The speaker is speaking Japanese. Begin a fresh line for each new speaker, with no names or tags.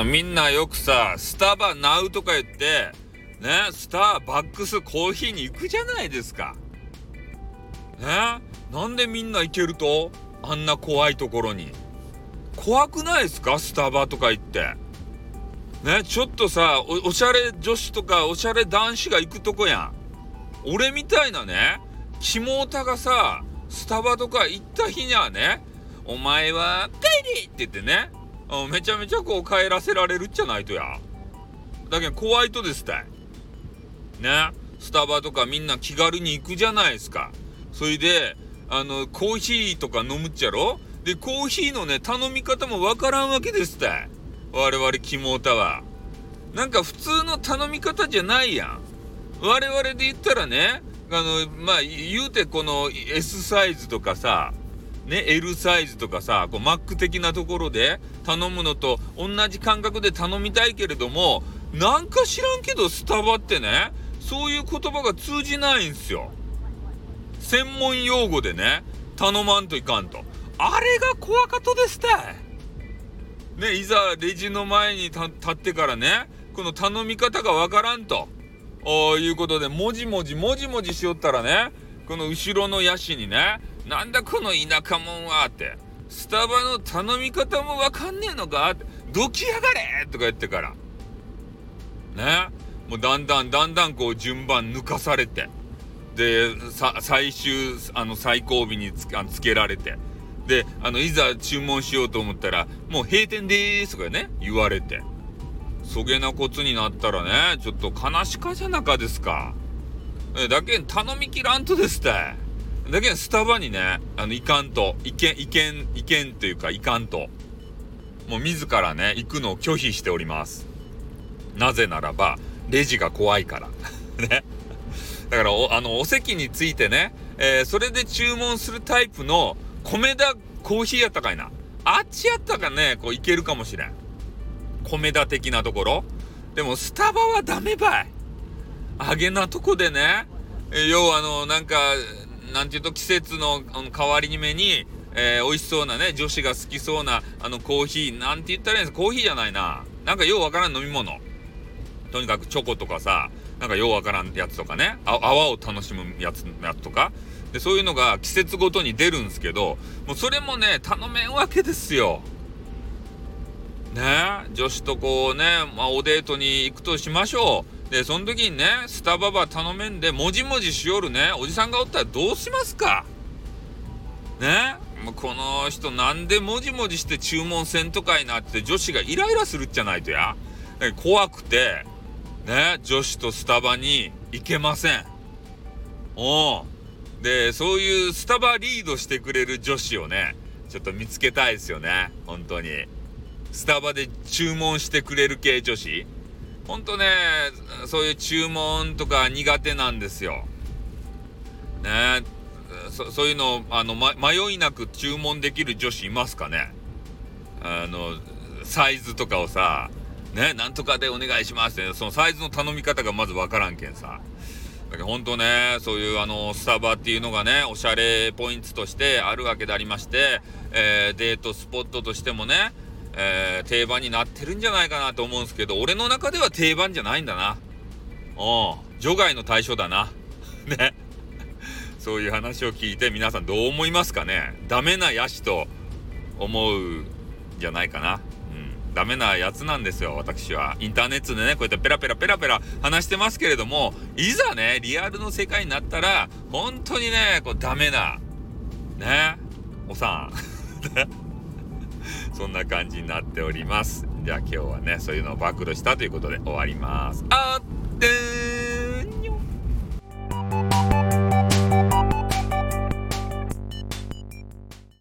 みんなよくさ、スタバナウとか言って、ね、スターバックスコーヒーに行くじゃないですか。ね、なんでみんな行けると？あんな怖いところに。怖くないですか？スタバとか行って。ね、ちょっとさ、おしゃれ女子とかおしゃれ男子が行くとこやん。俺みたいなね、キモオタがさ、スタバとか行った日にはね、お前は帰りって言ってね、めちゃめちゃこう帰らせられるっちゃないとや。だけど怖いとですたい。ね、スタバとかみんな気軽に行くじゃないですか。それで、コーヒーとか飲むっちゃろ？で、コーヒーのね、頼み方もわからんわけですたい。我々キモオタは。なんか普通の頼み方じゃないやん。我々で言ったらね、言うてこの S サイズとかさ、ね、L サイズとかさ、こうマック的なところで頼むのと同じ感覚で頼みたいけれども、なんか知らんけどスタバってね、そういう言葉が通じないんすよ。専門用語でね、頼まんといかんと。あれが怖かとですたい。ね、いざレジの前に立ってからね、この頼み方がわからんということで、もじもじしよったらね、この後ろのヤシにね、なんだこの田舎もんはって、スタバの頼み方もわかんねえのかって、どきやがれとか言ってからね、もうだんだんこう順番抜かされて、で最終最後尾につけられて、でいざ注文しようと思ったらもう閉店でーすとかね言われて、そげなこつになったらね、ちょっと悲しかじゃなかですか。だけん頼みきらんとですたい。だけんスタバにね、いかんと、いけんというかいかんと、もう自らね行くのを拒否しております。なぜならばレジが怖いからね。だからお席についてね、それで注文するタイプの米田コーヒーやったかいな、あっちやったかね、こういけるかもしれん。米田的なところでもスタバはダメばい。揚げなとこでね、要はなんていうと季節の変わりに目に、美味しそうなね、女子が好きそうなコーヒー、なんて言ったらいいんですか、コーヒーじゃないな、なんかようわからん飲み物、とにかくチョコとかさ、なんかようわからんやつとかね、泡を楽しむやつとかで、そういうのが季節ごとに出るんですけど、もうそれもね頼めんわけですよね。女子とこうね、おデートに行くとしましょう。でその時にね、スタバば頼めんでもじもじしよるねおじさんがおったらどうしますかね。もうこの人なんでもじもじして注文せんとかいなって女子がイライラするっちゃないとや。怖くてね、女子とスタバに行けません。でそういうスタバリードしてくれる女子をね、ちょっと見つけたいですよね。本当にスタバで注文してくれる系女子、ほんとね、そういう注文とか苦手なんですよね。そういうの迷いなく注文できる女子いますかね。サイズとかをさね、なんとかでお願いしますって、そのサイズの頼み方がまずわからんけんさ。だけどほんとね、そういうスタバっていうのがね、おしゃれポイントとしてあるわけでありまして、デートスポットとしてもね、定番になってるんじゃないかなと思うんですけど、俺の中では定番じゃないんだな。除外の対象だなね。そういう話を聞いて皆さんどう思いますかね。ダメなやしと思うじゃないかな。ダメなやつなんですよ、私は。インターネットでね、こうやってペラペラ話してますけれども、いざねリアルの世界になったら本当にね、こうダメなねおさんそんな感じになっております。じゃあ今日はね、そういうのを暴露したということで終わります。あってー